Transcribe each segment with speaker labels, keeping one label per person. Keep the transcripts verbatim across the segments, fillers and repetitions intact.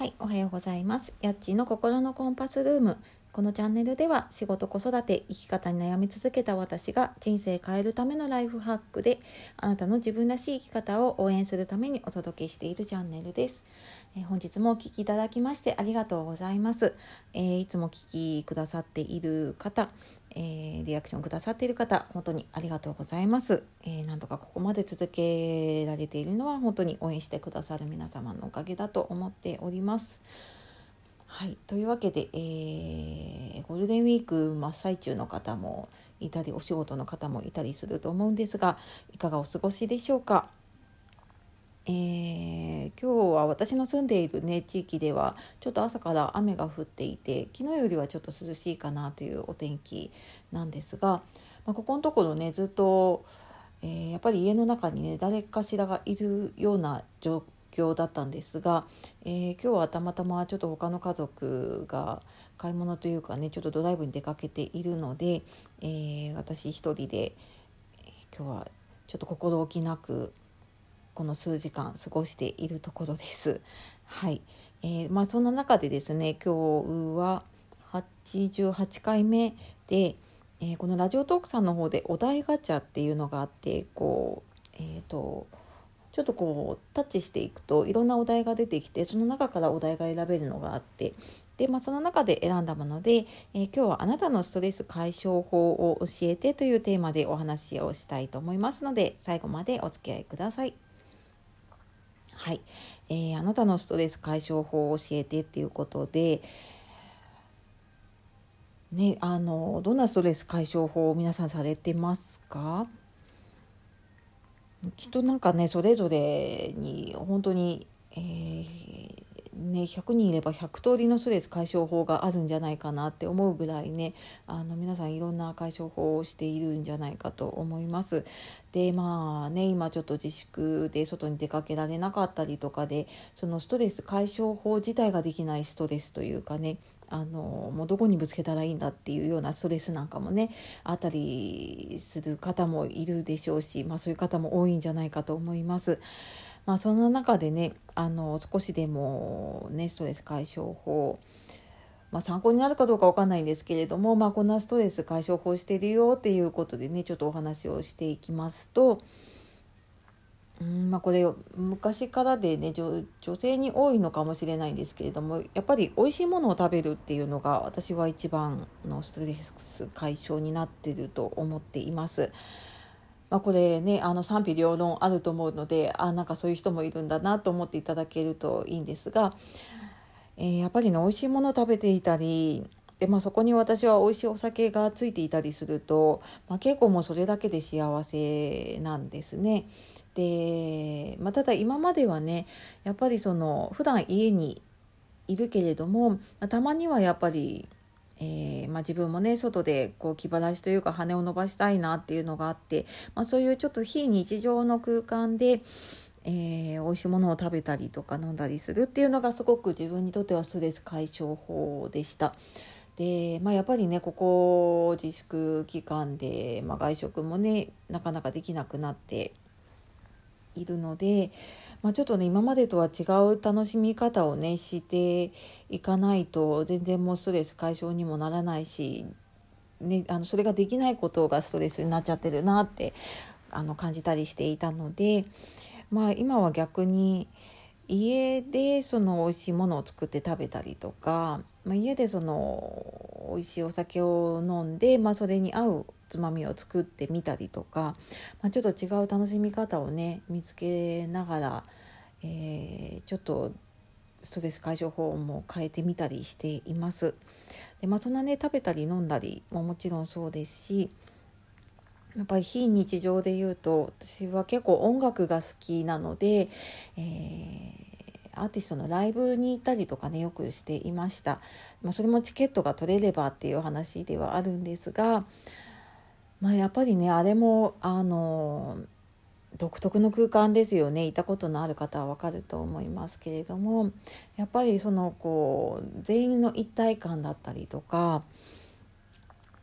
Speaker 1: はい、おはようございます。やっちーの心のコンパスルーム。このチャンネルでは仕事、子育て、生き方に悩み続けた私が人生変えるためのライフハックであなたの自分らしい生き方を応援するためにお届けしているチャンネルです。えー本日もお聞きいただきましてありがとうございます。えーいつもお聞きくださっている方、えーリアクションくださっている方、本当にありがとうございます。えーなんとかここまで続けられているのは本当に応援してくださる皆様のおかげだと思っております。はい、というわけで、えーゴールデンウィーク真っ最中の方もいたり、お仕事の方もいたりすると思うんですが、いかがお過ごしでしょうか。えー今日は私の住んでいる、ね、地域ではちょっと朝から雨が降っていて、昨日よりはちょっと涼しいかなというお天気なんですが、まあ、ここのところねずっと、えーやっぱり家の中にね誰かしらがいるような状況だったんですが、えー今日はたまたまちょっと他の家族が買い物というかねちょっとドライブに出かけているので、えー私一人で、えー今日はちょっと心置きなくこの数時間過ごしているところです。はい、えーまあ、そんな中でですね、今日ははちじゅうはちかいめで、えーこのラジオトークさんの方でお題ガチャっていうのがあって、こう、えーと、ちょっとこうタッチしていくといろんなお題が出てきて、その中からお題が選べるのがあって、で、まあ、その中で選んだもので、えー今日はあなたのストレス解消法を教えてというテーマでお話をしたいと思いますので、最後までお付き合いください。はい、えーあなたのストレス解消法を教えてっていうことで、ね、あのどんなストレス解消法を皆さんされてますか？きっとなんかねそれぞれに本当に、えーね、ひゃくにんいればひゃく通りのストレス解消法があるんじゃないかなって思うぐらいね、あの皆さんいろんな解消法をしているんじゃないかと思います。でまあね今ちょっと自粛で外に出かけられなかったりとかで、そのストレス解消法自体ができないストレスというかね、あのもうどこにぶつけたらいいんだっていうようなストレスなんかもねあったりする方もいるでしょうし、まあ、そういう方も多いんじゃないかと思います。まあ、そんな中でねあの少しでもねストレス解消法、まあ、参考になるかどうかわかんないんですけれども、まあ、こんなストレス解消法してるよっていうことでねちょっとお話をしていきますと、うんまあ、これ昔からでね 女, 女性に多いのかもしれないんですけれども、やっぱり美味しいものを食べるっていうのが私は一番のストレス解消になっていると思っています。まあ、これねあの賛否両論あると思うので、あなんかそういう人もいるんだなと思っていただけるといいんですが、えーやっぱりね美味しいものを食べていたりで、まあ、そこに私は美味しいお酒がついていたりすると、まあ、結構もうそれだけで幸せなんですね。で、まあ、ただ今まではねやっぱりその普段家にいるけれども、まあ、たまにはやっぱり、えーまあ、自分もね外でこう気晴らしというか羽を伸ばしたいなっていうのがあって、まあ、そういうちょっと非日常の空間で、えー、美味しいものを食べたりとか飲んだりするっていうのがすごく自分にとってはストレス解消法でした。で、まあ、やっぱりねここ自粛期間で、まあ、外食もねなかなかできなくなっているので、まあ、ちょっとね今までとは違う楽しみ方をねしていかないと全然もうストレス解消にもならないし、ね、あのそれができないことがストレスになっちゃってるなってあの感じたりしていたので、まあ、今は逆に家でその美味しいものを作って食べたりとか、まあ、家でその美味しいお酒を飲んで、まあ、それに合うつまみを作ってみたりとか、まあ、ちょっと違う楽しみ方をね見つけながら、えーちょっとストレス解消法も変えてみたりしています。で、まあ、そんなね食べたり飲んだりももちろんそうですし、やっぱり非日常で言うと私は結構音楽が好きなので、えーアーティストのライブに行ったりとかねよくしていました。まあ、それもチケットが取れればっていう話ではあるんですが、まあ、やっぱりねあれもあの独特の空間ですよね。いたことのある方はわかると思いますけれども、やっぱりそのこう全員の一体感だったりとか、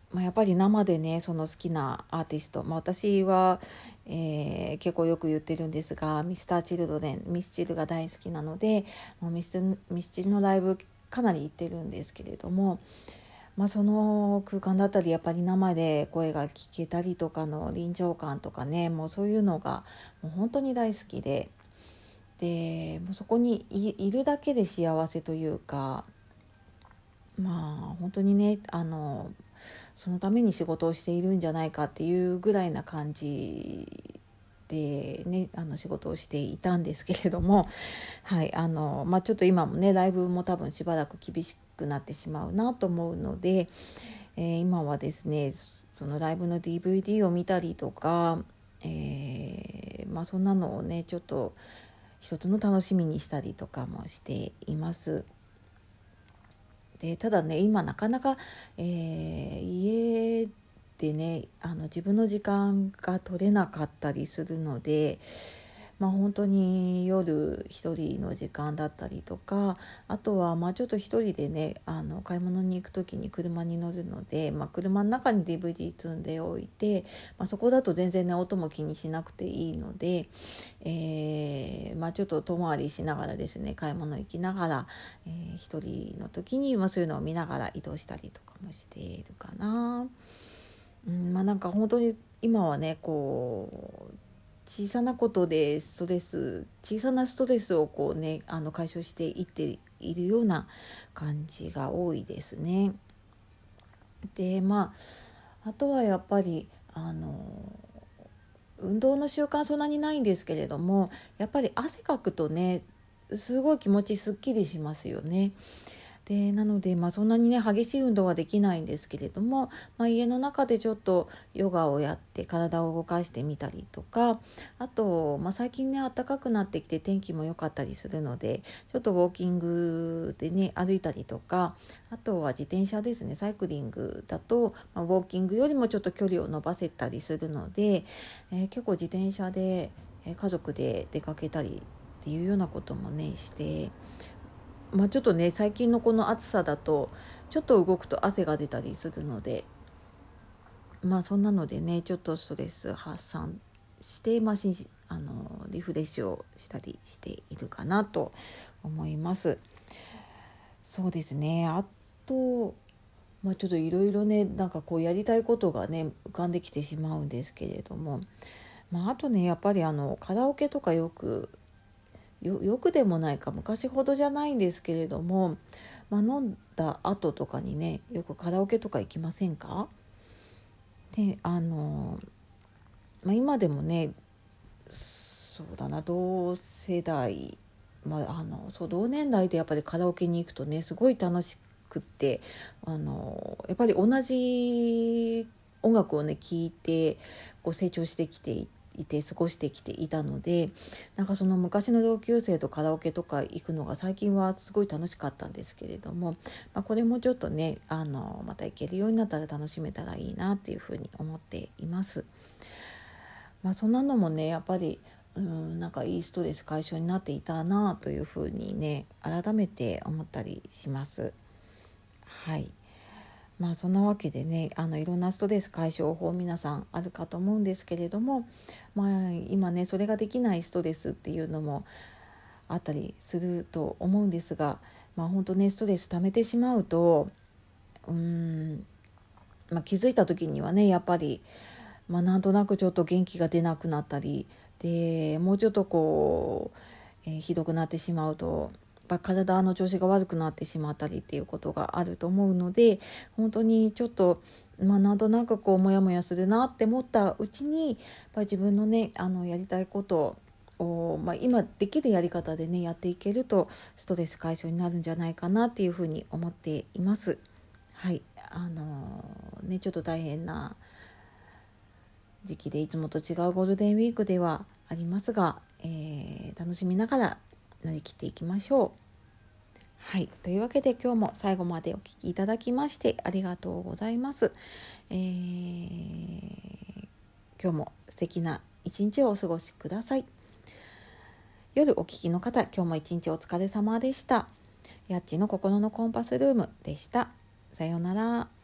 Speaker 1: まあ、やっぱり生でねその好きなアーティスト、まあ、私は、えー結構よく言ってるんですがミスターチルドレンミスチルが大好きなので、もうミスミスチルのライブかなり行ってるんですけれども、まあ、その空間だったりやっぱり生で声が聞けたりとかの臨場感とかね、もうそういうのがもう本当に大好きで、でもうそこに い, いるだけで幸せというか、まあ本当にねあのそのために仕事をしているんじゃないかっていうぐらいな感じでねあの仕事をしていたんですけれども、はいあのまあ、ちょっと今もねライブも多分しばらく厳しくなってしまうなと思うので、えー今はですねそのライブの ディーブイディー を見たりとか、えーまあ、そんなのをねちょっと一つの楽しみにしたりとかもしています。でただね今なかなか、えー家でねあの自分の時間が取れなかったりするので、まあ、本当に夜一人の時間だったりとか、あとはまあちょっと一人でねあの買い物に行く時に車に乗るので、まあ、車の中に ディーブイディー 積んでおいて、まあ、そこだと全然ね音も気にしなくていいので、えーまあ、ちょっと遠回りしながらですね買い物行きながら、えー一人の時に、まあ、そういうのを見ながら移動したりとかもしているかな。うんまあ、なんか本当に今はねこう小さなことでストレス小さなストレスをこうねあの解消していっているような感じが多いですね。でまああとはやっぱりあの運動の習慣そんなにないんですけれども、やっぱり汗かくとねすごい気持ちすっきりしますよね。でなので、まあ、そんなにね激しい運動はできないんですけれども、まあ、家の中でちょっとヨガをやって体を動かしてみたりとか、あと、まあ、最近ね暖かくなってきて天気も良かったりするのでちょっとウォーキングでね歩いたりとか、あとは自転車ですね、サイクリングだと、まあ、ウォーキングよりもちょっと距離を伸ばせたりするので、えー結構自転車で、えー家族で出かけたりっていうようなこともねしてまあ、ちょっとね最近のこの暑さだとちょっと動くと汗が出たりするので、まあそんなのでねちょっとストレス発散して、まあ、しあのリフレッシュをしたりしているかなと思います。そうですね、あと、まあ、ちょっといろいろねなんかこうやりたいことがね浮かんできてしまうんですけれども、まあ、あとねやっぱりあのカラオケとかよくよよくでもないか昔ほどじゃないんですけれども、まあ、飲んだ後とかにねよくカラオケとか行きませんか？であの、まあ、今でもねそうだな同世代、まあ、あのそう同年代でやっぱりカラオケに行くとねすごい楽しくってあのやっぱり同じ音楽をね聴いてこう成長してきていていて過ごしてきていたので、なんかその昔の同級生とカラオケとか行くのが最近はすごい楽しかったんですけれども、まあ、これもちょっとねあのまた行けるようになったら楽しめたらいいなっていうふうに思っています。まあ、そんなのもねやっぱりうんなんかいいストレス解消になっていたなというふうにね改めて思ったりします。はい、まあそんなわけでねあのいろんなストレス解消法皆さんあるかと思うんですけれども、まあ、今ねそれができないストレスっていうのもあったりすると思うんですが、まあ本当ねストレス溜めてしまうとうーん、まあ、気づいた時にはねやっぱり、まあ、なんとなくちょっと元気が出なくなったりでもうちょっとこう、えーひどくなってしまうとやっぱ体の調子が悪くなってしまったりっていうことがあると思うので、本当にちょっと、まあ、なんとなくこうモヤモヤするなって思ったうちにやっぱり自分のねあのやりたいことを、まあ、今できるやり方でねやっていけるとストレス解消になるんじゃないかなっていうふうに思っています。はい、あのーねちょっと大変な時期でいつもと違うゴールデンウィークではありますが、えー楽しみながら乗り切っていきましょう。はい、というわけで今日も最後までお聞きいただきましてありがとうございます。えー今日も素敵な一日をお過ごしください。夜お聞きの方、今日も一日お疲れ様でした。やっちの心のコンパスルームでした。さようなら。